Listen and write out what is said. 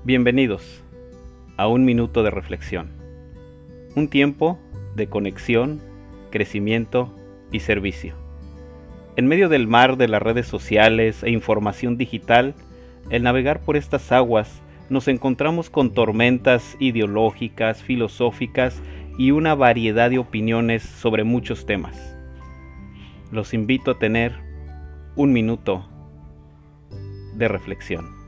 Bienvenidos a un minuto de reflexión, un tiempo de conexión, crecimiento y servicio. En medio del mar de las redes sociales e información digital, al navegar por estas aguas nos encontramos con tormentas ideológicas, filosóficas y una variedad de opiniones sobre muchos temas. Los invito a tener un minuto de reflexión.